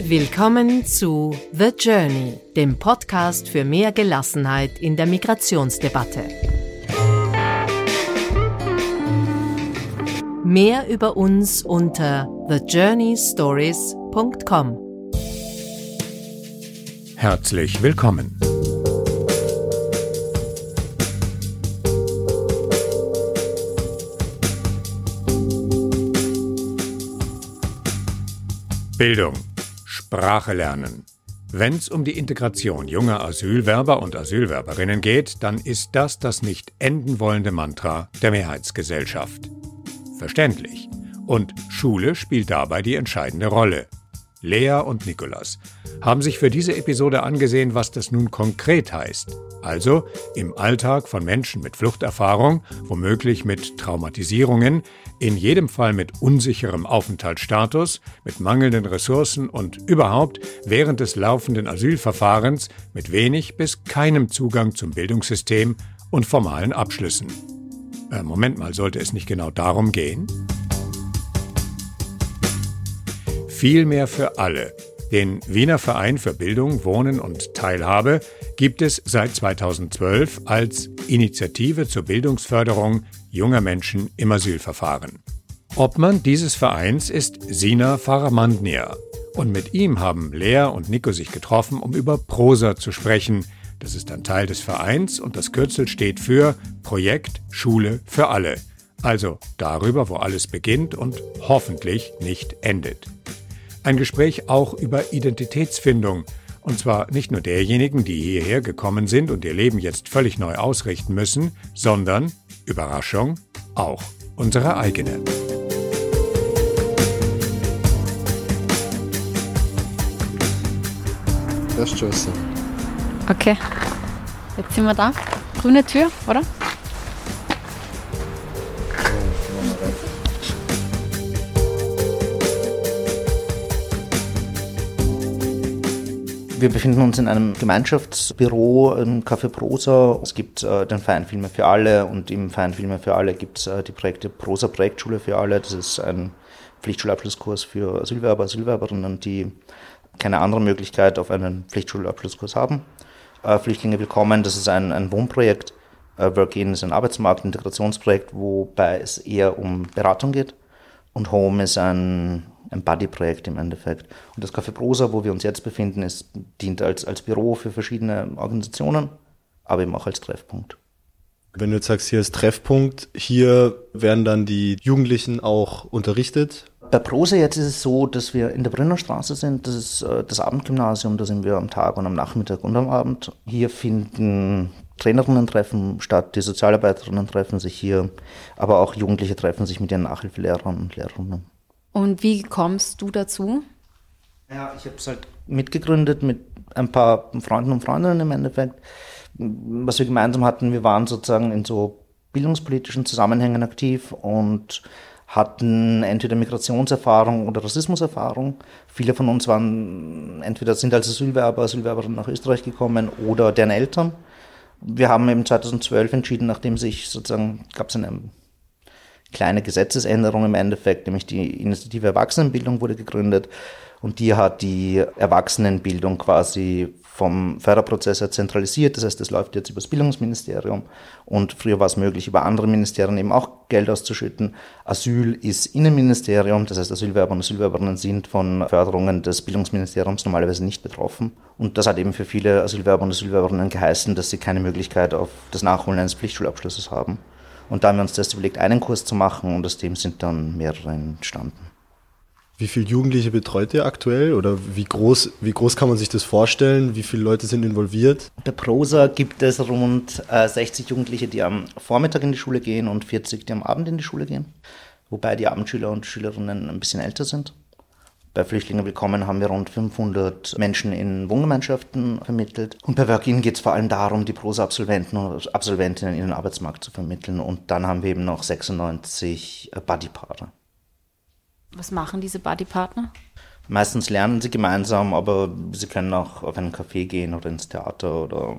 Willkommen zu The Journey, dem Podcast für mehr Gelassenheit in der Migrationsdebatte. Mehr über uns unter thejourneystories.com. Herzlich willkommen. Bildung, Sprache lernen. Wenn es um die Integration junger Asylwerber und Asylwerberinnen geht, dann ist das nicht enden wollende Mantra der Mehrheitsgesellschaft. Verständlich. Und Schule spielt dabei die entscheidende Rolle. Lea und Nikolas haben sich für diese Episode angesehen, was das nun konkret heißt. Also im Alltag von Menschen mit Fluchterfahrung, womöglich mit Traumatisierungen, in jedem Fall mit unsicherem Aufenthaltsstatus, mit mangelnden Ressourcen und überhaupt während des laufenden Asylverfahrens mit wenig bis keinem Zugang zum Bildungssystem und formalen Abschlüssen. Moment mal, sollte es nicht genau darum gehen? Viel mehr für alle. Den Wiener Verein für Bildung, Wohnen und Teilhabe gibt es seit 2012 als Initiative zur Bildungsförderung junger Menschen im Asylverfahren. Obmann dieses Vereins ist Sina Faramandnia. Und mit ihm haben Lea und Nico sich getroffen, um über Prosa zu sprechen. Das ist ein Teil des Vereins und das Kürzel steht für Projekt Schule für alle. Also darüber, wo alles beginnt und hoffentlich nicht endet. Ein Gespräch auch über Identitätsfindung. Und zwar nicht nur derjenigen, die hierher gekommen sind und ihr Leben jetzt völlig neu ausrichten müssen, sondern, Überraschung, auch unsere eigene. Das ist Tschüss. Okay, jetzt sind wir da. Grüne Tür, oder? Wir befinden uns in einem Gemeinschaftsbüro im Café Prosa. Es gibt den Verein Vielmehr für alle und im Verein Vielmehr für alle gibt es die Projekte Prosa Projektschule für alle. Das ist ein Pflichtschulabschlusskurs für Asylwerber, Asylwerberinnen, die keine andere Möglichkeit auf einen Pflichtschulabschlusskurs haben. Flüchtlinge willkommen, das ist ein Wohnprojekt. Work-In ist ein Arbeitsmarkt-Integrationsprojekt, wobei es eher um Beratung geht. Und Home ist ein Buddy-Projekt im Endeffekt. Und das Café Prosa, wo wir uns jetzt befinden, dient als Büro für verschiedene Organisationen, aber eben auch als Treffpunkt. Wenn du jetzt sagst, hier ist Treffpunkt, hier werden dann die Jugendlichen auch unterrichtet? Bei Prosa jetzt ist es so, dass wir in der Brennerstraße sind. Das ist das Abendgymnasium, da sind wir am Tag und am Nachmittag und am Abend. Hier finden Trainerinnen-Treffen statt, die Sozialarbeiterinnen treffen sich hier, aber auch Jugendliche treffen sich mit ihren Nachhilfelehrern und Lehrerinnen. Und wie kommst du dazu? Ja, ich habe es halt mitgegründet mit ein paar Freunden und Freundinnen im Endeffekt. Was wir gemeinsam hatten, wir waren sozusagen in so bildungspolitischen Zusammenhängen aktiv und hatten entweder Migrationserfahrung oder Rassismuserfahrung. Viele von uns sind als Asylwerberinnen nach Österreich gekommen oder deren Eltern. Wir haben eben 2012 entschieden, nachdem gab es eine kleine Gesetzesänderung im Endeffekt, nämlich die Initiative Erwachsenenbildung wurde gegründet und die hat die Erwachsenenbildung quasi vom Förderprozess her zentralisiert. Das heißt, das läuft jetzt über das Bildungsministerium und früher war es möglich, über andere Ministerien eben auch Geld auszuschütten. Asyl ist Innenministerium, das heißt, Asylwerber und Asylwerberinnen sind von Förderungen des Bildungsministeriums normalerweise nicht betroffen. Und das hat eben für viele Asylwerber und Asylwerberinnen geheißen, dass sie keine Möglichkeit auf das Nachholen eines Pflichtschulabschlusses haben. Und da haben wir uns das überlegt, einen Kurs zu machen und aus dem sind dann mehrere entstanden. Wie viele Jugendliche betreut ihr aktuell oder wie groß kann man sich das vorstellen? Wie viele Leute sind involviert? Bei Prosa gibt es rund 60 Jugendliche, die am Vormittag in die Schule gehen und 40, die am Abend in die Schule gehen. Wobei die Abendschüler und Schülerinnen ein bisschen älter sind. Bei Flüchtlingen willkommen haben wir rund 500 Menschen in Wohngemeinschaften vermittelt. Und bei Work-In geht es vor allem darum, die Prosa-Absolventen und Absolventinnen in den Arbeitsmarkt zu vermitteln. Und dann haben wir eben noch 96 Buddy-Paare. Was machen diese Buddy-Partner? Meistens lernen sie gemeinsam, aber sie können auch auf einen Café gehen oder ins Theater oder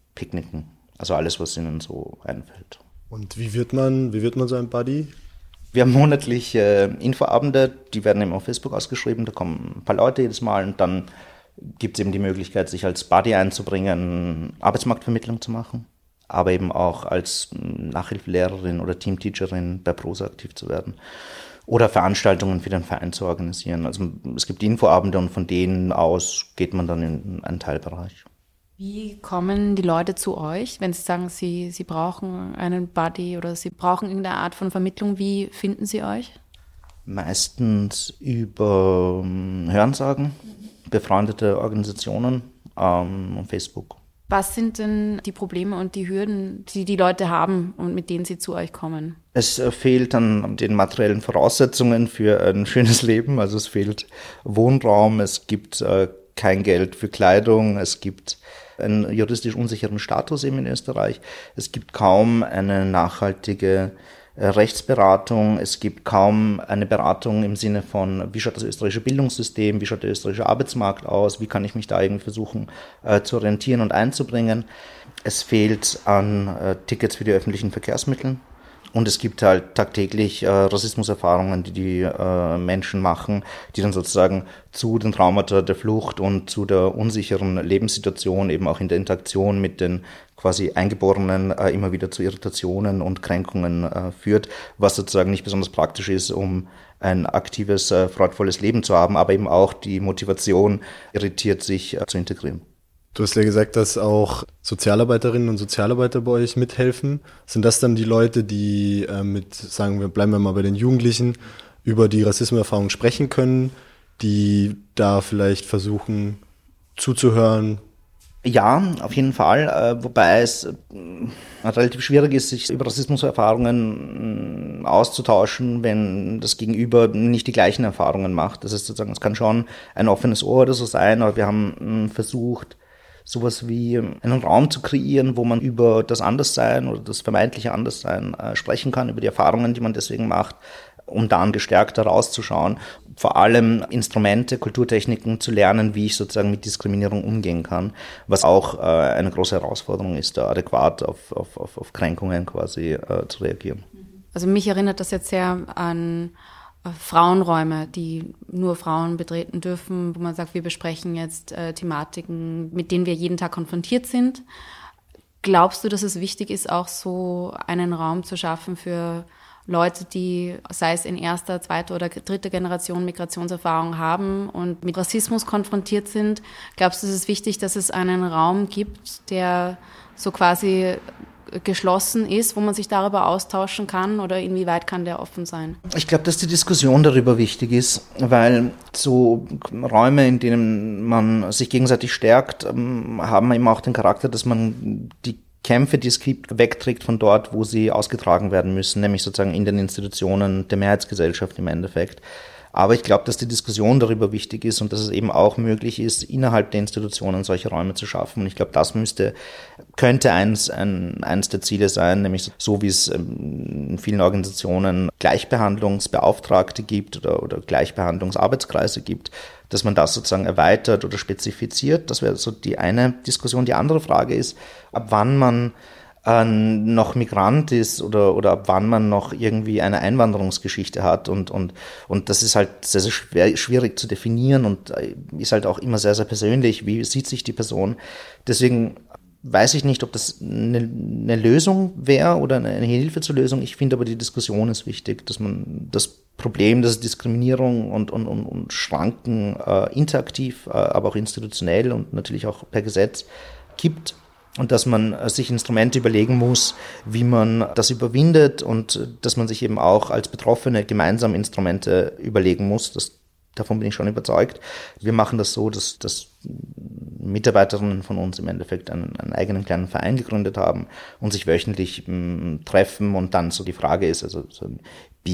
picknicken. Also alles, was ihnen so einfällt. Und wie wird man so ein Buddy? Wir haben monatlich Infoabende, die werden eben auf Facebook ausgeschrieben, da kommen ein paar Leute jedes Mal und dann gibt es eben die Möglichkeit, sich als Buddy einzubringen, Arbeitsmarktvermittlung zu machen, aber eben auch als Nachhilfelehrerin oder Teamteacherin bei Prosa aktiv zu werden oder Veranstaltungen für den Verein zu organisieren. Also es gibt Infoabende und von denen aus geht man dann in einen Teilbereich. Wie kommen die Leute zu euch, wenn sie sagen, sie brauchen einen Buddy oder sie brauchen irgendeine Art von Vermittlung? Wie finden sie euch? Meistens über Hörensagen, befreundete Organisationen und Facebook. Was sind denn die Probleme und die Hürden, die die Leute haben und mit denen sie zu euch kommen? Es fehlt an den materiellen Voraussetzungen für ein schönes Leben. Also es fehlt Wohnraum, es gibt kein Geld für Kleidung, es gibt einen juristisch unsicheren Status eben in Österreich. Es gibt kaum eine nachhaltige Rechtsberatung, es gibt kaum eine Beratung im Sinne von, wie schaut das österreichische Bildungssystem, wie schaut der österreichische Arbeitsmarkt aus, wie kann ich mich da irgendwie versuchen zu orientieren und einzubringen. Es fehlt an Tickets für die öffentlichen Verkehrsmittel. Und es gibt halt tagtäglich Rassismuserfahrungen, die Menschen machen, die dann sozusagen zu den Traumata der Flucht und zu der unsicheren Lebenssituation, eben auch in der Interaktion mit den quasi Eingeborenen, immer wieder zu Irritationen und Kränkungen führt, was sozusagen nicht besonders praktisch ist, um ein aktives, freudvolles Leben zu haben, aber eben auch die Motivation irritiert, sich zu integrieren. Du hast ja gesagt, dass auch Sozialarbeiterinnen und Sozialarbeiter bei euch mithelfen. Sind das dann die Leute, die bleiben wir mal bei den Jugendlichen, über die Rassismuserfahrung sprechen können, die da vielleicht versuchen zuzuhören? Ja, auf jeden Fall, wobei es relativ schwierig ist, sich über Rassismuserfahrungen auszutauschen, wenn das Gegenüber nicht die gleichen Erfahrungen macht. Das ist sozusagen, es kann schon ein offenes Ohr oder so sein, aber wir haben versucht, sowas wie einen Raum zu kreieren, wo man über das Anderssein oder das vermeintliche Anderssein sprechen kann, über die Erfahrungen, die man deswegen macht, um dann gestärkt rauszuschauen. Vor allem Instrumente, Kulturtechniken zu lernen, wie ich sozusagen mit Diskriminierung umgehen kann, was auch eine große Herausforderung ist, da adäquat auf Kränkungen quasi zu reagieren. Also mich erinnert das jetzt sehr an Frauenräume, die nur Frauen betreten dürfen, wo man sagt, wir besprechen jetzt Thematiken, mit denen wir jeden Tag konfrontiert sind. Glaubst du, dass es wichtig ist, auch so einen Raum zu schaffen für Leute, die, sei es in erster, zweiter oder dritter Generation Migrationserfahrung haben und mit Rassismus konfrontiert sind? Glaubst du, es ist wichtig, dass es einen Raum gibt, der so quasi geschlossen ist, wo man sich darüber austauschen kann, oder inwieweit kann der offen sein? Ich glaube, dass die Diskussion darüber wichtig ist, weil so Räume, in denen man sich gegenseitig stärkt, haben eben auch den Charakter, dass man die Kämpfe, die es gibt, wegträgt von dort, wo sie ausgetragen werden müssen, nämlich sozusagen in den Institutionen der Mehrheitsgesellschaft im Endeffekt. Aber ich glaube, dass die Diskussion darüber wichtig ist und dass es eben auch möglich ist, innerhalb der Institutionen solche Räume zu schaffen. Und ich glaube, das könnte eins der Ziele sein, nämlich so wie es in vielen Organisationen Gleichbehandlungsbeauftragte gibt oder Gleichbehandlungsarbeitskreise gibt, dass man das sozusagen erweitert oder spezifiziert. Das wäre so die eine Diskussion. Die andere Frage ist, ab wann man noch Migrant ist oder ab wann man noch irgendwie eine Einwanderungsgeschichte hat und das ist halt sehr, sehr schwierig zu definieren und ist halt auch immer sehr, sehr persönlich. Wie sieht sich die Person? Deswegen weiß ich nicht, ob das eine Lösung wäre oder eine Hilfe zur Lösung. Ich finde aber, die Diskussion ist wichtig, dass man das Problem, dass es Diskriminierung und Schranken interaktiv, aber auch institutionell und natürlich auch per Gesetz gibt. Und dass man sich Instrumente überlegen muss, wie man das überwindet und dass man sich eben auch als Betroffene gemeinsam Instrumente überlegen muss. Davon bin ich schon überzeugt. Wir machen das so, dass Mitarbeiterinnen von uns im Endeffekt einen eigenen kleinen Verein gegründet haben und sich wöchentlich treffen und dann so die Frage ist, also so ein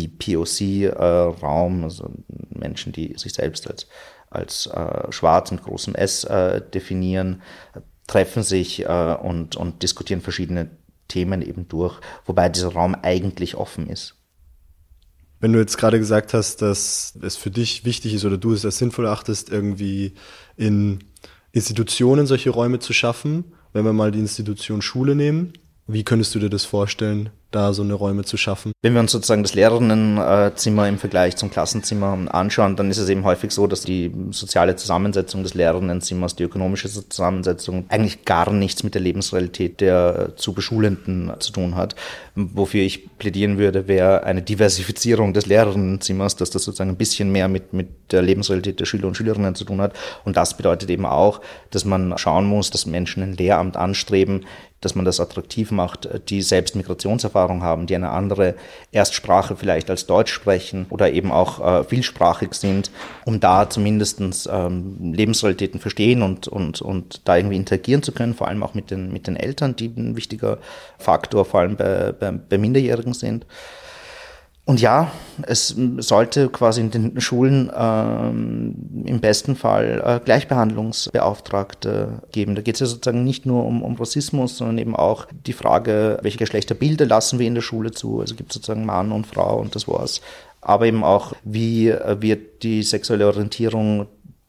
BPOC-Raum, also Menschen, die sich selbst als schwarz mit großem S definieren, treffen sich und diskutieren verschiedene Themen eben durch, wobei dieser Raum eigentlich offen ist. Wenn du jetzt gerade gesagt hast, dass es für dich wichtig ist oder du es als sinnvoll erachtest, irgendwie in Institutionen solche Räume zu schaffen, wenn wir mal die Institution Schule nehmen, Wie könntest du dir das vorstellen, da so eine Räume zu schaffen? Wenn wir uns sozusagen das Lehrerinnenzimmer im Vergleich zum Klassenzimmer anschauen, dann ist es eben häufig so, dass die soziale Zusammensetzung des Lehrerinnenzimmers, die ökonomische Zusammensetzung eigentlich gar nichts mit der Lebensrealität der zu Beschulenden zu tun hat. Wofür ich plädieren würde, wäre eine Diversifizierung des Lehrerinnenzimmers, dass das sozusagen ein bisschen mehr mit der Lebensrealität der Schüler und Schülerinnen zu tun hat. Und das bedeutet eben auch, dass man schauen muss, dass Menschen ein Lehramt anstreben, dass man das attraktiv macht, die selbst Migrationserfahrung haben, die eine andere Erstsprache vielleicht als Deutsch sprechen oder eben auch vielsprachig sind, um da zumindestens Lebensrealitäten verstehen und da irgendwie interagieren zu können, vor allem auch mit den Eltern, die ein wichtiger Faktor vor allem bei Minderjährigen sind. Und ja, es sollte quasi in den Schulen im besten Fall Gleichbehandlungsbeauftragte geben. Da geht es ja sozusagen nicht nur um Rassismus, sondern eben auch die Frage, welche Geschlechterbilder lassen wir in der Schule zu. Also gibt es sozusagen Mann und Frau und das war's. Aber eben auch, wie wird die sexuelle Orientierung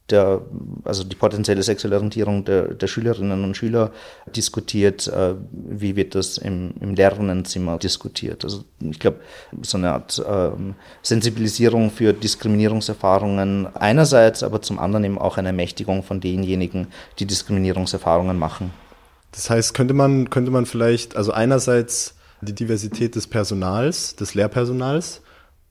also die potenzielle sexuelle Orientierung der Schülerinnen und Schüler diskutiert, wie wird das im Lehrerinnenzimmer diskutiert. Also ich glaube, so eine Art Sensibilisierung für Diskriminierungserfahrungen einerseits, aber zum anderen eben auch eine Ermächtigung von denjenigen, die Diskriminierungserfahrungen machen. Das heißt, könnte man vielleicht, also einerseits die Diversität des Personals, des Lehrpersonals,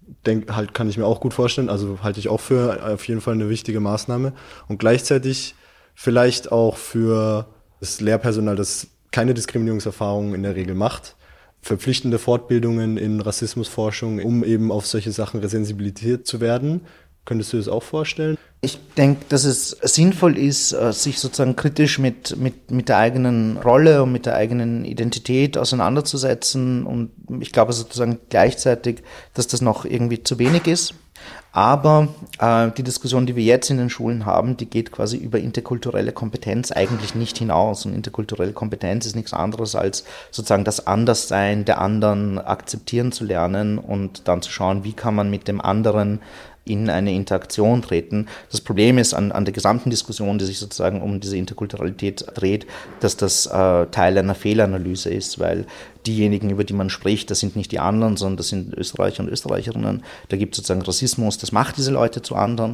kann ich mir auch gut vorstellen, also halte ich auch für auf jeden Fall eine wichtige Maßnahme und gleichzeitig vielleicht auch für das Lehrpersonal, das keine Diskriminierungserfahrungen in der Regel macht, verpflichtende Fortbildungen in Rassismusforschung, um eben auf solche Sachen resensibilisiert zu werden. Könntest du das auch vorstellen? Ich denke, dass es sinnvoll ist, sich sozusagen kritisch mit der eigenen Rolle und mit der eigenen Identität auseinanderzusetzen. Und ich glaube sozusagen gleichzeitig, dass das noch irgendwie zu wenig ist. Aber die Diskussion, die wir jetzt in den Schulen haben, die geht quasi über interkulturelle Kompetenz eigentlich nicht hinaus. Und interkulturelle Kompetenz ist nichts anderes als sozusagen das Anderssein der anderen akzeptieren zu lernen und dann zu schauen, wie kann man mit dem anderen in eine Interaktion treten. Das Problem ist an der gesamten Diskussion, die sich sozusagen um diese Interkulturalität dreht, dass das Teil einer Fehlanalyse ist, weil diejenigen, über die man spricht, das sind nicht die anderen, sondern das sind Österreicher und Österreicherinnen. Da gibt es sozusagen Rassismus, das macht diese Leute zu anderen.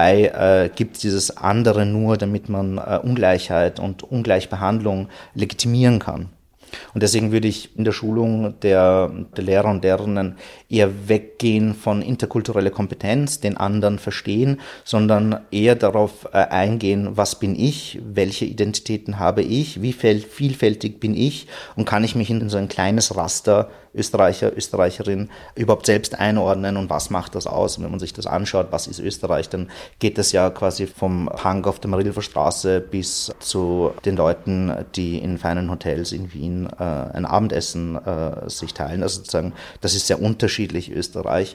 Dabei gibt es dieses andere nur, damit man Ungleichheit und Ungleichbehandlung legitimieren kann. Und deswegen würde ich in der Schulung der Lehrer und Lehrerinnen eher weggehen von interkultureller Kompetenz, den anderen verstehen, sondern eher darauf eingehen, was bin ich, welche Identitäten habe ich, wie vielfältig bin ich und kann ich mich in so ein kleines Raster Österreicher, Österreicherin überhaupt selbst einordnen und was macht das aus? Und wenn man sich das anschaut, was ist Österreich, dann geht das ja quasi vom Punk auf der Marilfer Straße bis zu den Leuten, die in feinen Hotels in Wien ein Abendessen sich teilen. Also sozusagen, das ist sehr unterschiedlich Österreich.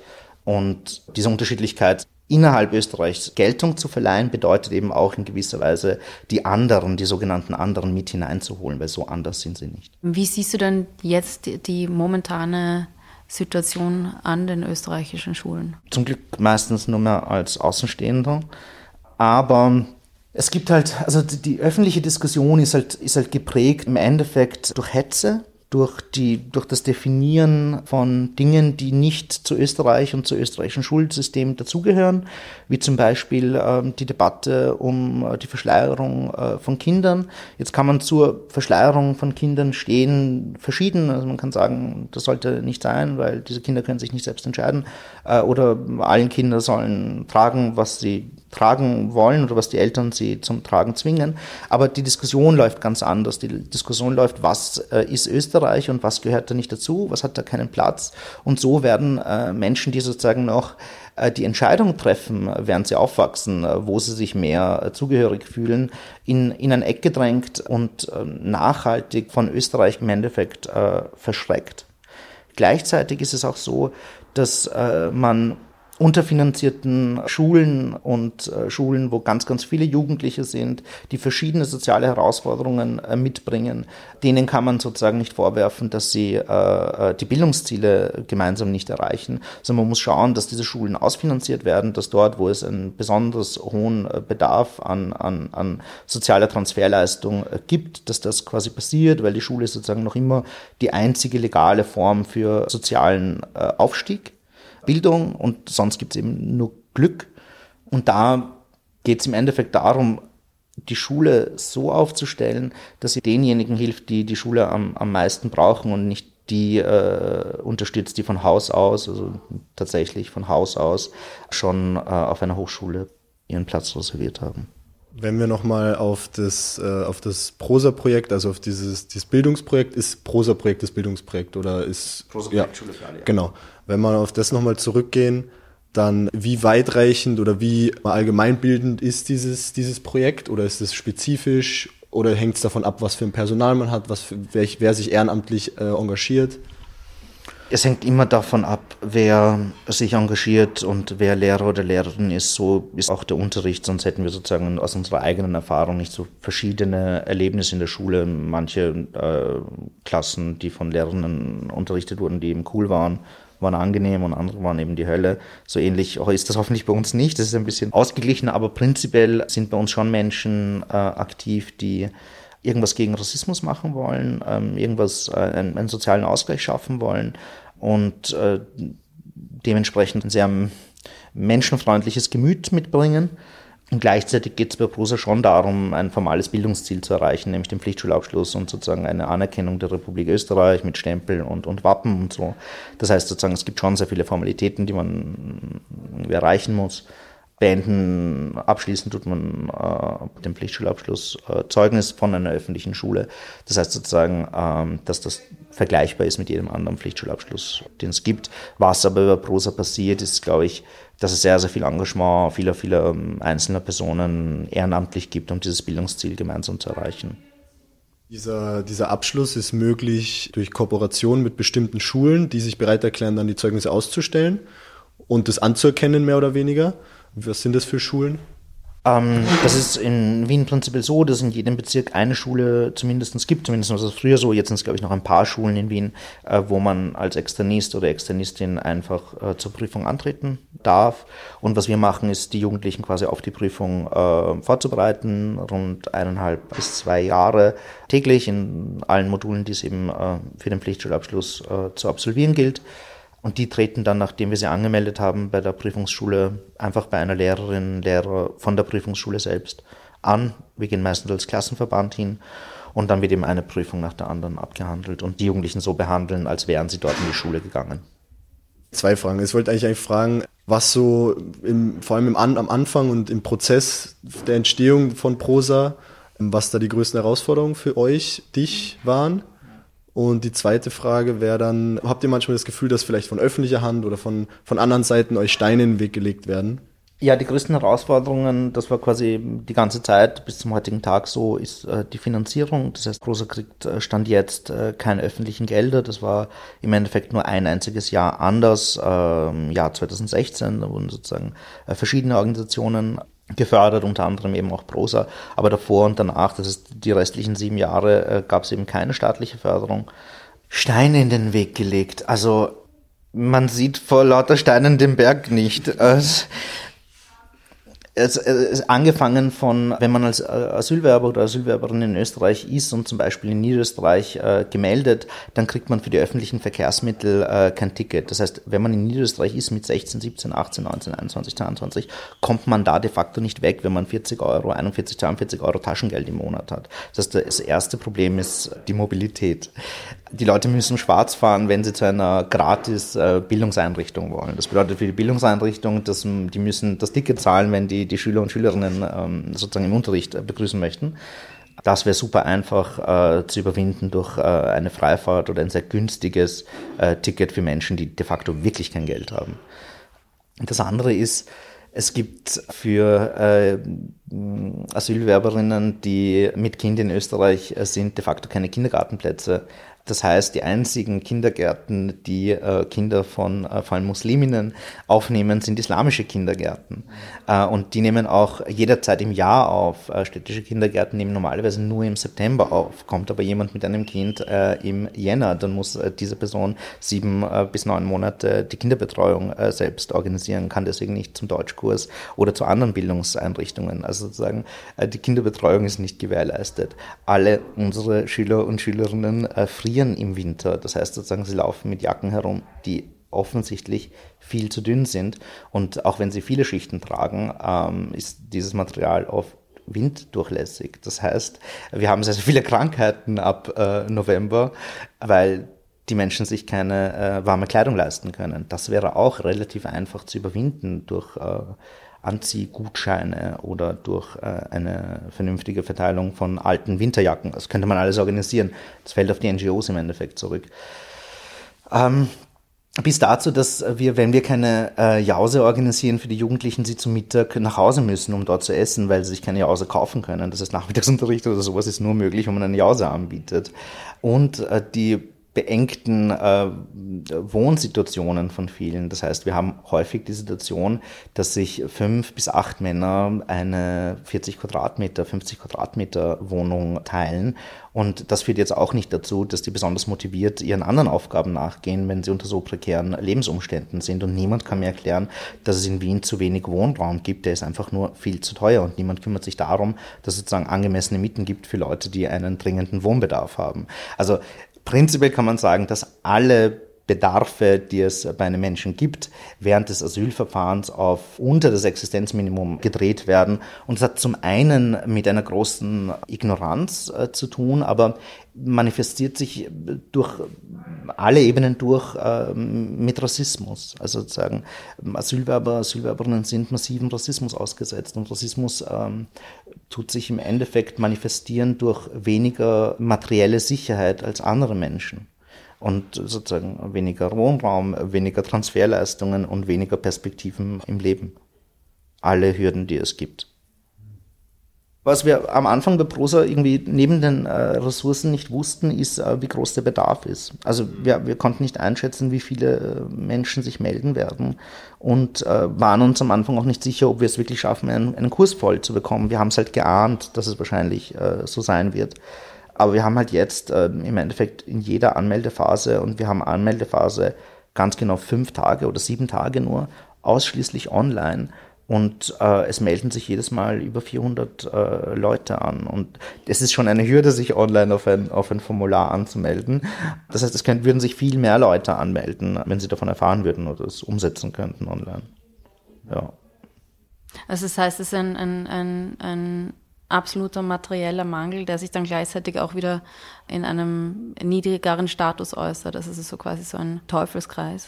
Und diese Unterschiedlichkeit innerhalb Österreichs Geltung zu verleihen, bedeutet eben auch in gewisser Weise die anderen, die sogenannten anderen mit hineinzuholen, weil so anders sind sie nicht. Wie siehst du denn jetzt die momentane Situation an den österreichischen Schulen? Zum Glück meistens nur mehr als Außenstehender, aber es gibt halt, also die öffentliche Diskussion ist halt geprägt im Endeffekt durch Hetze, durch das Definieren von Dingen, die nicht zu Österreich und zu österreichischen Schulsystem dazugehören, wie zum Beispiel die Debatte um die Verschleierung von Kindern. Jetzt kann man zur Verschleierung von Kindern stehen verschieden. Also man kann sagen, das sollte nicht sein, weil diese Kinder können sich nicht selbst entscheiden. Oder allen Kinder sollen tragen, was sie tragen wollen oder was die Eltern sie zum Tragen zwingen. Aber die Diskussion läuft ganz anders. Die Diskussion läuft, was ist Österreich und was gehört da nicht dazu, was hat da keinen Platz. Und so werden Menschen, die sozusagen noch die Entscheidung treffen, während sie aufwachsen, wo sie sich mehr zugehörig fühlen, in ein Eck gedrängt und nachhaltig von Österreich im Endeffekt verschreckt. Gleichzeitig ist es auch so, dass man unterfinanzierten Schulen und Schulen, wo ganz, ganz viele Jugendliche sind, die verschiedene soziale Herausforderungen mitbringen. Denen kann man sozusagen nicht vorwerfen, dass sie die Bildungsziele gemeinsam nicht erreichen, sondern man muss schauen, dass diese Schulen ausfinanziert werden, dass dort, wo es einen besonders hohen Bedarf an sozialer Transferleistung gibt, dass das quasi passiert, weil die Schule ist sozusagen noch immer die einzige legale Form für sozialen Aufstieg. Bildung und sonst gibt es eben nur Glück. Und da geht es im Endeffekt darum, die Schule so aufzustellen, dass sie denjenigen hilft, die die Schule am meisten brauchen und nicht die unterstützt, die von Haus aus, also tatsächlich von Haus aus, schon auf einer Hochschule ihren Platz reserviert haben. Wenn wir nochmal auf das Prosa-Projekt, also auf dieses Bildungsprojekt, ist Prosa-Projekt das Bildungsprojekt oder ist... Prosa-Projekt Schule für alle. Ja. Genau. Wenn wir auf das nochmal zurückgehen, dann wie weitreichend oder wie allgemeinbildend ist dieses Projekt oder ist es spezifisch oder hängt es davon ab, was für ein Personal man hat, wer sich ehrenamtlich engagiert? Es hängt immer davon ab, wer sich engagiert und wer Lehrer oder Lehrerin ist. So ist auch der Unterricht, sonst hätten wir sozusagen aus unserer eigenen Erfahrung nicht so verschiedene Erlebnisse in der Schule. Manche Klassen, die von Lehrerinnen unterrichtet wurden, die eben cool waren angenehm und andere waren eben die Hölle. So ähnlich ist das hoffentlich bei uns nicht. Das ist ein bisschen ausgeglichener, aber prinzipiell sind bei uns schon Menschen aktiv, die irgendwas gegen Rassismus machen wollen, einen sozialen Ausgleich schaffen wollen und dementsprechend ein sehr menschenfreundliches Gemüt mitbringen. Und gleichzeitig geht es bei Prosa schon darum, ein formales Bildungsziel zu erreichen, nämlich den Pflichtschulabschluss und sozusagen eine Anerkennung der Republik Österreich mit Stempel und Wappen und so. Das heißt sozusagen, es gibt schon sehr viele Formalitäten, die man erreichen muss. Abschließen tut man den Pflichtschulabschluss Zeugnis von einer öffentlichen Schule. Das heißt sozusagen, dass das vergleichbar ist mit jedem anderen Pflichtschulabschluss, den es gibt. Was aber über Prosa passiert, ist, glaube ich, dass es sehr, sehr viel Engagement vieler einzelner Personen ehrenamtlich gibt, um dieses Bildungsziel gemeinsam zu erreichen. Dieser Abschluss ist möglich durch Kooperation mit bestimmten Schulen, die sich bereit erklären, dann die Zeugnisse auszustellen und das anzuerkennen, mehr oder weniger. Was sind das für Schulen? Das ist in Wien prinzipiell so, dass es in jedem Bezirk eine Schule zumindest gibt, zumindest war es früher so, jetzt sind es glaube ich noch ein paar Schulen in Wien, wo man als Externist oder Externistin einfach zur Prüfung antreten darf. Und was wir machen, ist die Jugendlichen quasi auf die Prüfung vorzubereiten, rund 1,5 bis 2 Jahre täglich in allen Modulen, die es eben für den Pflichtschulabschluss zu absolvieren gilt. Und die treten dann, nachdem wir sie angemeldet haben, bei der Prüfungsschule einfach bei einer Lehrerin, Lehrer von der Prüfungsschule selbst an. Wir gehen meistens als Klassenverband hin und dann wird eben eine Prüfung nach der anderen abgehandelt und die Jugendlichen so behandeln, als wären sie dort in die Schule gegangen. 2 Fragen. Ich wollte eigentlich fragen, was so vor allem am Anfang und im Prozess der Entstehung von Prosa, was da die größten Herausforderungen für dich waren. Und die zweite Frage wäre dann, habt ihr manchmal das Gefühl, dass vielleicht von öffentlicher Hand oder von anderen Seiten euch Steine in den Weg gelegt werden? Ja, die größten Herausforderungen, das war quasi die ganze Zeit bis zum heutigen Tag so, ist die Finanzierung. Das heißt, Prosa kriegt Stand jetzt keine öffentlichen Gelder. Das war im Endeffekt nur ein einziges Jahr anders. Jahr 2016, da wurden sozusagen verschiedene Organisationen gefördert, unter anderem eben auch Prosa, aber davor und danach, das ist die restlichen 7 Jahre, gab es eben keine staatliche Förderung. Steine in den Weg gelegt, also man sieht vor lauter Steinen den Berg nicht. Es ist angefangen von, wenn man als Asylwerber oder Asylwerberin in Österreich ist und zum Beispiel in Niederösterreich gemeldet, dann kriegt man für die öffentlichen Verkehrsmittel kein Ticket. Das heißt, wenn man in Niederösterreich ist mit 16, 17, 18, 19, 21, 22, kommt man da de facto nicht weg, wenn man 41, 42 Euro Taschengeld im Monat hat. Das heißt, das erste Problem ist die Mobilität. Die Leute müssen schwarz fahren, wenn sie zu einer gratis Bildungseinrichtung wollen. Das bedeutet für die Bildungseinrichtung, dass die müssen das Ticket zahlen, wenn die Schüler und Schülerinnen sozusagen im Unterricht begrüßen möchten. Das wäre super einfach zu überwinden durch eine Freifahrt oder ein sehr günstiges Ticket für Menschen, die de facto wirklich kein Geld haben. Das andere ist, es gibt für Asylwerberinnen, die mit Kind in Österreich sind, de facto keine Kindergartenplätze. Das heißt, die einzigen Kindergärten, die Kinder von vor allem Musliminnen aufnehmen, sind islamische Kindergärten. Und die nehmen auch jederzeit im Jahr auf. Städtische Kindergärten nehmen normalerweise nur im September auf. Kommt aber jemand mit einem Kind im Jänner, dann muss diese Person 7 bis 9 Monate die Kinderbetreuung selbst organisieren, kann deswegen nicht zum Deutschkurs oder zu anderen Bildungseinrichtungen. Also sozusagen, die Kinderbetreuung ist nicht gewährleistet. Alle unsere Schüler und Schülerinnen frieren im Winter. Das heißt sozusagen, sie laufen mit Jacken herum, die offensichtlich viel zu dünn sind. Und auch wenn sie viele Schichten tragen, ist dieses Material oft winddurchlässig. Das heißt, wir haben sehr, sehr viele Krankheiten ab November, weil die Menschen sich keine warme Kleidung leisten können. Das wäre auch relativ einfach zu überwinden durch Anziehgutscheine oder durch eine vernünftige Verteilung von alten Winterjacken. Das könnte man alles organisieren. Das fällt auf die NGOs im Endeffekt zurück. Bis dazu, dass wir, wenn wir keine Jause organisieren für die Jugendlichen, sie zum Mittag nach Hause müssen, um dort zu essen, weil sie sich keine Jause kaufen können. Das heißt, Nachmittagsunterricht oder sowas ist nur möglich, wenn man eine Jause anbietet. Und die beengten Wohnsituationen von vielen. Das heißt, wir haben häufig die Situation, dass sich 5 bis 8 Männer eine 40 Quadratmeter, 50 Quadratmeter Wohnung teilen. Und das führt jetzt auch nicht dazu, dass die besonders motiviert ihren anderen Aufgaben nachgehen, wenn sie unter so prekären Lebensumständen sind. Und niemand kann mir erklären, dass es in Wien zu wenig Wohnraum gibt. Der ist einfach nur viel zu teuer. Und niemand kümmert sich darum, dass es sozusagen angemessene Mieten gibt für Leute, die einen dringenden Wohnbedarf haben. Also prinzipiell kann man sagen, dass alle Bedarfe, die es bei einem Menschen gibt, während des Asylverfahrens auf unter das Existenzminimum gedreht werden. Und das hat zum einen mit einer großen Ignoranz zu tun, aber manifestiert sich durch alle Ebenen durch mit Rassismus. Also sozusagen Asylwerber, Asylwerberinnen sind massiven Rassismus ausgesetzt. Und Rassismus tut sich im Endeffekt manifestieren durch weniger materielle Sicherheit als andere Menschen. Und sozusagen weniger Wohnraum, weniger Transferleistungen und weniger Perspektiven im Leben. Alle Hürden, die es gibt. Was wir am Anfang bei Prosa irgendwie neben den Ressourcen nicht wussten, ist, wie groß der Bedarf ist. Also wir konnten nicht einschätzen, wie viele Menschen sich melden werden und waren uns am Anfang auch nicht sicher, ob wir es wirklich schaffen, einen Kurs voll zu bekommen. Wir haben es halt geahnt, dass es wahrscheinlich so sein wird. Aber wir haben halt jetzt im Endeffekt in jeder Anmeldephase, und wir haben Anmeldephase ganz genau 5 Tage oder 7 Tage nur, ausschließlich online. Und es melden sich jedes Mal über 400 Leute an. Und es ist schon eine Hürde, sich online auf ein Formular anzumelden. Das heißt, würden sich viel mehr Leute anmelden, wenn sie davon erfahren würden oder es umsetzen könnten online. Ja. Also das heißt, es ist ein absoluter materieller Mangel, der sich dann gleichzeitig auch wieder in einem niedrigeren Status äußert. Das ist so quasi so ein Teufelskreis.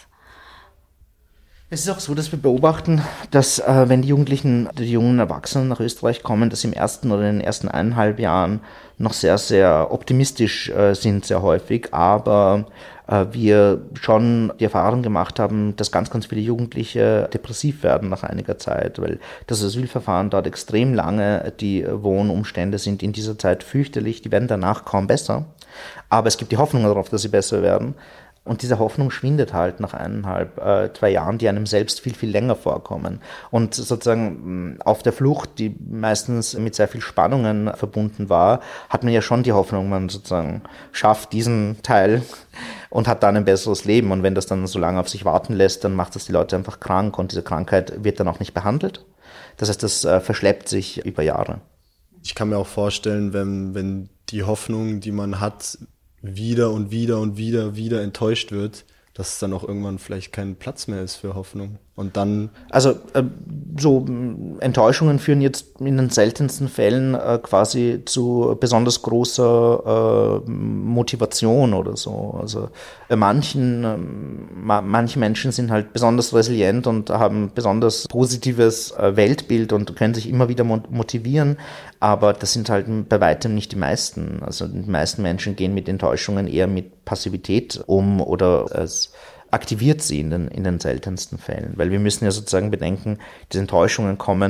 Es ist auch so, dass wir beobachten, dass wenn die jungen Erwachsenen nach Österreich kommen, dass sie im ersten oder in den ersten 1,5 Jahren noch sehr, sehr optimistisch sind, sehr häufig, aber wir schon die Erfahrung gemacht haben, dass ganz, ganz viele Jugendliche depressiv werden nach einiger Zeit, weil das Asylverfahren dauert extrem lange, die Wohnumstände sind in dieser Zeit fürchterlich, die werden danach kaum besser, aber es gibt die Hoffnung darauf, dass sie besser werden. Und diese Hoffnung schwindet halt nach 1,5, 2 Jahren, die einem selbst viel, viel länger vorkommen. Und sozusagen auf der Flucht, die meistens mit sehr viel Spannungen verbunden war, hat man ja schon die Hoffnung, man sozusagen schafft diesen Teil und hat dann ein besseres Leben. Und wenn das dann so lange auf sich warten lässt, dann macht das die Leute einfach krank und diese Krankheit wird dann auch nicht behandelt. Das heißt, das verschleppt sich über Jahre. Ich kann mir auch vorstellen, wenn die Hoffnung, die man hat, wieder und wieder enttäuscht wird, dass es dann auch irgendwann vielleicht kein Platz mehr ist für Hoffnung. Und dann... Also so Enttäuschungen führen jetzt in den seltensten Fällen quasi zu besonders großer Motivation oder so. Also manche Menschen sind halt besonders resilient und haben besonders positives Weltbild und können sich immer wieder motivieren, aber das sind halt bei weitem nicht die meisten. Also die meisten Menschen gehen mit Enttäuschungen eher mit Passivität um oder es aktiviert sie in den seltensten Fällen. Weil wir müssen ja sozusagen bedenken, diese Enttäuschungen kommen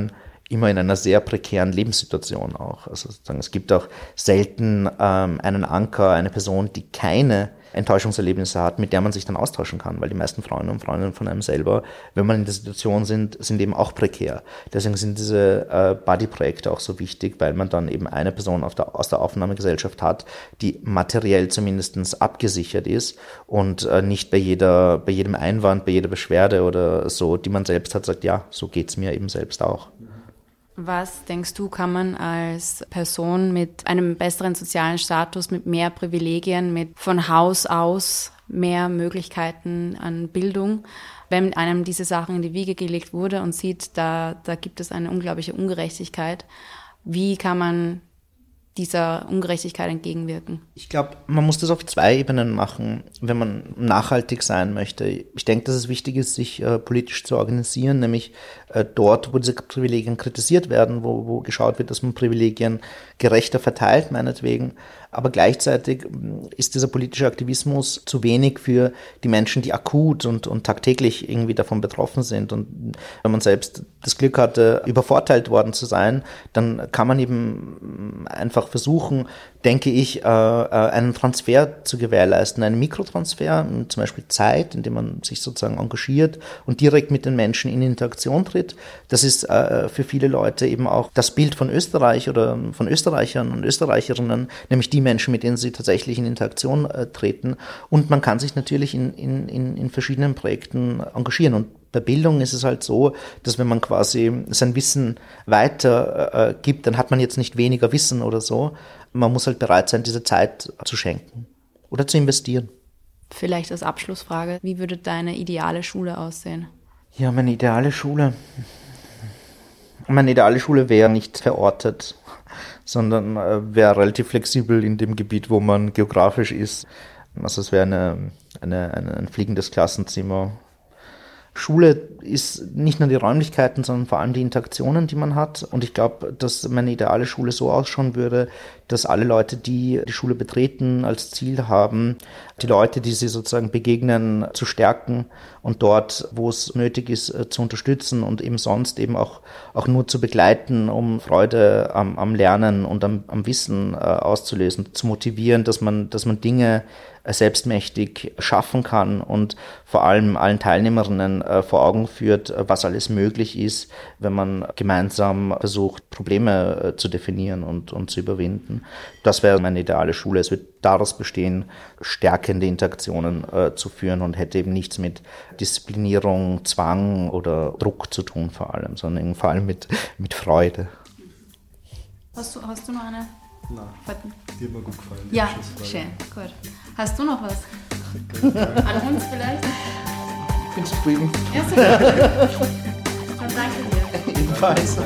immer in einer sehr prekären Lebenssituation auch. Also sozusagen, es gibt auch selten einen Anker, eine Person, die keine Enttäuschungserlebnisse hat, mit der man sich dann austauschen kann, weil die meisten Freunde und Freundinnen von einem selber, wenn man in der Situation sind eben auch prekär. Deswegen sind diese Buddy-Projekte auch so wichtig, weil man dann eben eine Person aus der Aufnahmegesellschaft hat, die materiell zumindest abgesichert ist und nicht bei jedem Einwand, bei jeder Beschwerde oder so, die man selbst hat, sagt, ja, so geht's mir eben selbst auch. Was denkst du, kann man als Person mit einem besseren sozialen Status, mit mehr Privilegien, mit von Haus aus mehr Möglichkeiten an Bildung, wenn einem diese Sachen in die Wiege gelegt wurde und sieht, da gibt es eine unglaubliche Ungerechtigkeit, wie kann man dieser Ungerechtigkeit entgegenwirken? Ich glaube, man muss das auf 2 Ebenen machen, wenn man nachhaltig sein möchte. Ich denke, dass es wichtig ist, sich politisch zu organisieren, nämlich dort, wo diese Privilegien kritisiert werden, wo geschaut wird, dass man Privilegien gerechter verteilt, meinetwegen. Aber gleichzeitig ist dieser politische Aktivismus zu wenig für die Menschen, die akut und tagtäglich irgendwie davon betroffen sind. Und wenn man selbst das Glück hatte, übervorteilt worden zu sein, dann kann man eben einfach versuchen, denke ich, einen Transfer zu gewährleisten, einen Mikrotransfer, zum Beispiel Zeit, indem man sich sozusagen engagiert und direkt mit den Menschen in Interaktion tritt. Das ist für viele Leute eben auch das Bild von Österreich oder von Österreichern und Österreicherinnen, nämlich die Menschen, mit denen sie tatsächlich in Interaktion treten. Und man kann sich natürlich in verschiedenen Projekten engagieren. Und bei Bildung ist es halt so, dass wenn man quasi sein Wissen weiter gibt, dann hat man jetzt nicht weniger Wissen oder so. Man muss halt bereit sein, diese Zeit zu schenken oder zu investieren. Vielleicht als Abschlussfrage, wie würde deine ideale Schule aussehen? Ja, meine ideale Schule wäre nicht verortet, sondern wäre relativ flexibel in dem Gebiet, wo man geografisch ist. Also es wäre ein fliegendes Klassenzimmer. Schule ist nicht nur die Räumlichkeiten, sondern vor allem die Interaktionen, die man hat. Und ich glaube, dass meine ideale Schule so ausschauen würde, dass alle Leute, die die Schule betreten, als Ziel haben, die Leute, die sie sozusagen begegnen, zu stärken und dort, wo es nötig ist, zu unterstützen und eben sonst eben auch nur zu begleiten, um Freude am Lernen und am Wissen auszulösen, zu motivieren, dass man Dinge selbstmächtig schaffen kann und vor allem allen Teilnehmerinnen vor Augen führt, was alles möglich ist, wenn man gemeinsam versucht, Probleme zu definieren und zu überwinden. Das wäre meine ideale Schule. Es wird daraus bestehen, stärkende Interaktionen zu führen und hätte eben nichts mit Disziplinierung, Zwang oder Druck zu tun vor allem, sondern vor allem mit Freude. Hast du noch eine? Nein, die hat mir gut gefallen. Ja, schön, gut. Hast du noch was? An uns vielleicht? Ich bin zufrieden. Ja, super. Dann danke dir. Ebenfalls.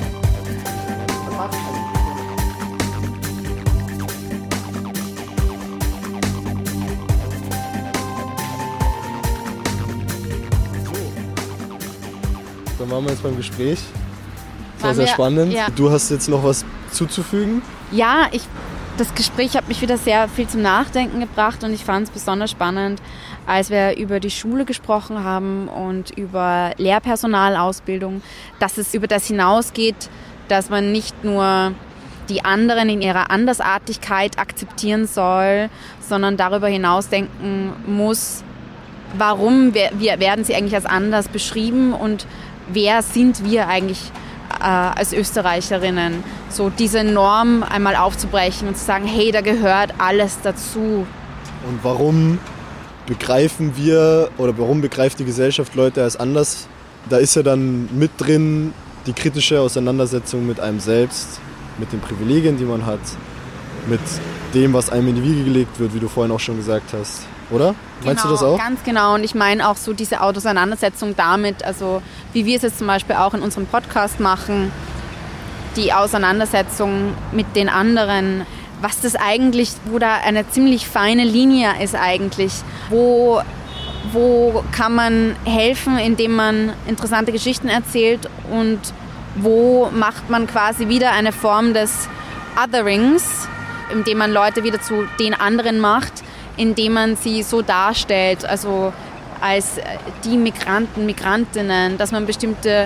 Dann waren wir jetzt beim Gespräch. Das war sehr spannend. Ja. Du hast jetzt noch was zuzufügen? Ja, das Gespräch hat mich wieder sehr viel zum Nachdenken gebracht und ich fand es besonders spannend, als wir über die Schule gesprochen haben und über Lehrpersonalausbildung, dass es über das hinausgeht, dass man nicht nur die anderen in ihrer Andersartigkeit akzeptieren soll, sondern darüber hinaus denken muss, warum werden sie eigentlich als anders beschrieben und wer sind wir eigentlich als Österreicherinnen, so diese Norm einmal aufzubrechen und zu sagen, hey, da gehört alles dazu. Und warum begreifen wir oder warum begreift die Gesellschaft Leute als anders? Da ist ja dann mit drin die kritische Auseinandersetzung mit einem selbst, mit den Privilegien, die man hat, mit dem, was einem in die Wiege gelegt wird, wie du vorhin auch schon gesagt hast. Oder? Meinst du das auch? Ganz genau. Und ich meine auch so diese Auseinandersetzung damit, also wie wir es jetzt zum Beispiel auch in unserem Podcast machen, die Auseinandersetzung mit den anderen, was das eigentlich, wo da eine ziemlich feine Linie ist eigentlich, wo kann man helfen, indem man interessante Geschichten erzählt und wo macht man quasi wieder eine Form des Otherings, indem man Leute wieder zu den anderen macht, indem man sie so darstellt, also als die Migranten, Migrantinnen, dass man bestimmte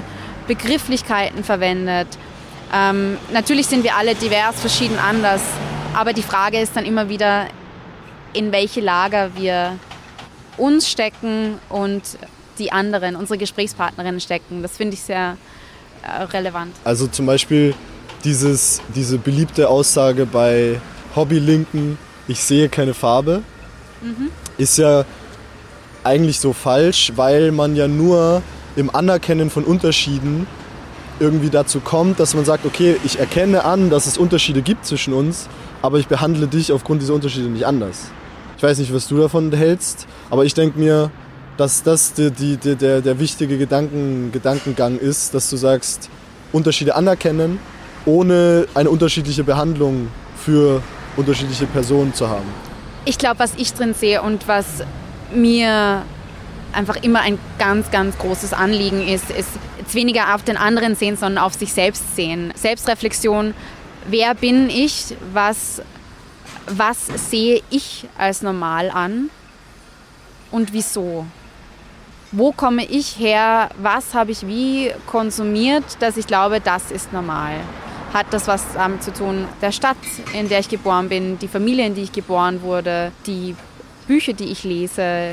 Begrifflichkeiten verwendet. Natürlich sind wir alle divers, verschieden, anders, aber die Frage ist dann immer wieder, in welche Lager wir uns stecken und die anderen, unsere Gesprächspartnerinnen stecken. Das finde ich sehr relevant. Also zum Beispiel diese beliebte Aussage bei Hobby-Linken, ich sehe keine Farbe, ist ja eigentlich so falsch, weil man ja nur im Anerkennen von Unterschieden irgendwie dazu kommt, dass man sagt, okay, ich erkenne an, dass es Unterschiede gibt zwischen uns, aber ich behandle dich aufgrund dieser Unterschiede nicht anders. Ich weiß nicht, was du davon hältst, aber ich denke mir, dass das der wichtige Gedankengang ist, dass du sagst, Unterschiede anerkennen, ohne eine unterschiedliche Behandlung für unterschiedliche Personen zu haben. Ich glaube, was ich drin sehe und was mir einfach immer ein ganz, ganz großes Anliegen ist jetzt weniger auf den anderen sehen, sondern auf sich selbst sehen. Selbstreflexion, wer bin ich, was sehe ich als normal an und wieso? Wo komme ich her, was habe ich wie konsumiert, dass ich glaube, das ist normal? Hat das was damit zu tun, der Stadt, in der ich geboren bin, die Familie, in die ich geboren wurde, die Bücher, die ich lese,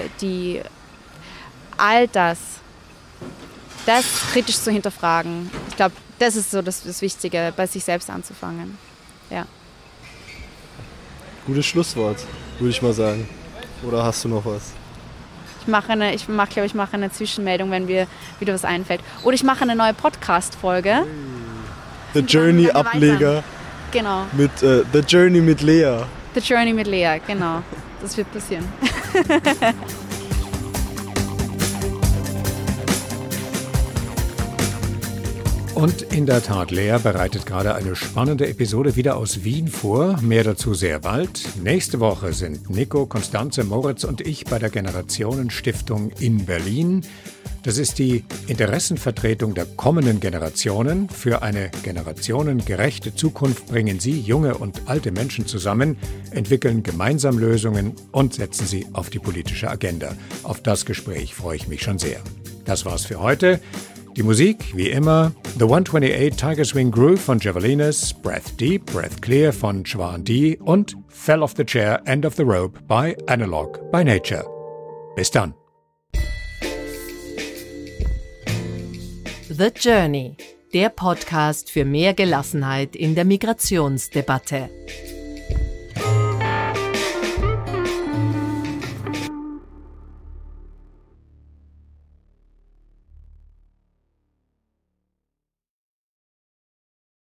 all das kritisch zu hinterfragen. Ich glaube, das ist so das Wichtige, bei sich selbst anzufangen. Ja. Gutes Schlusswort, würde ich mal sagen. Oder hast du noch was? Ich mache eine Zwischenmeldung, wenn mir wieder was einfällt. Oder ich mache eine neue Podcast-Folge. The Journey Ableger. Genau. Mit The Journey mit Lea. The Journey mit Lea, genau. Das wird passieren. Und in der Tat, Lea bereitet gerade eine spannende Episode wieder aus Wien vor. Mehr dazu sehr bald. Nächste Woche sind Nico, Konstanze, Moritz und ich bei der Generationenstiftung in Berlin. Das ist die Interessenvertretung der kommenden Generationen. Für eine generationengerechte Zukunft bringen sie junge und alte Menschen zusammen, entwickeln gemeinsam Lösungen und setzen sie auf die politische Agenda. Auf das Gespräch freue ich mich schon sehr. Das war's für heute. Die Musik, wie immer, The 128 Tiger Swing Groove von Javelinas, Breath Deep, Breath Clear von Chwan D und Fell Off the Chair, End of the Rope by Analog by Nature. Bis dann. The Journey, der Podcast für mehr Gelassenheit in der Migrationsdebatte.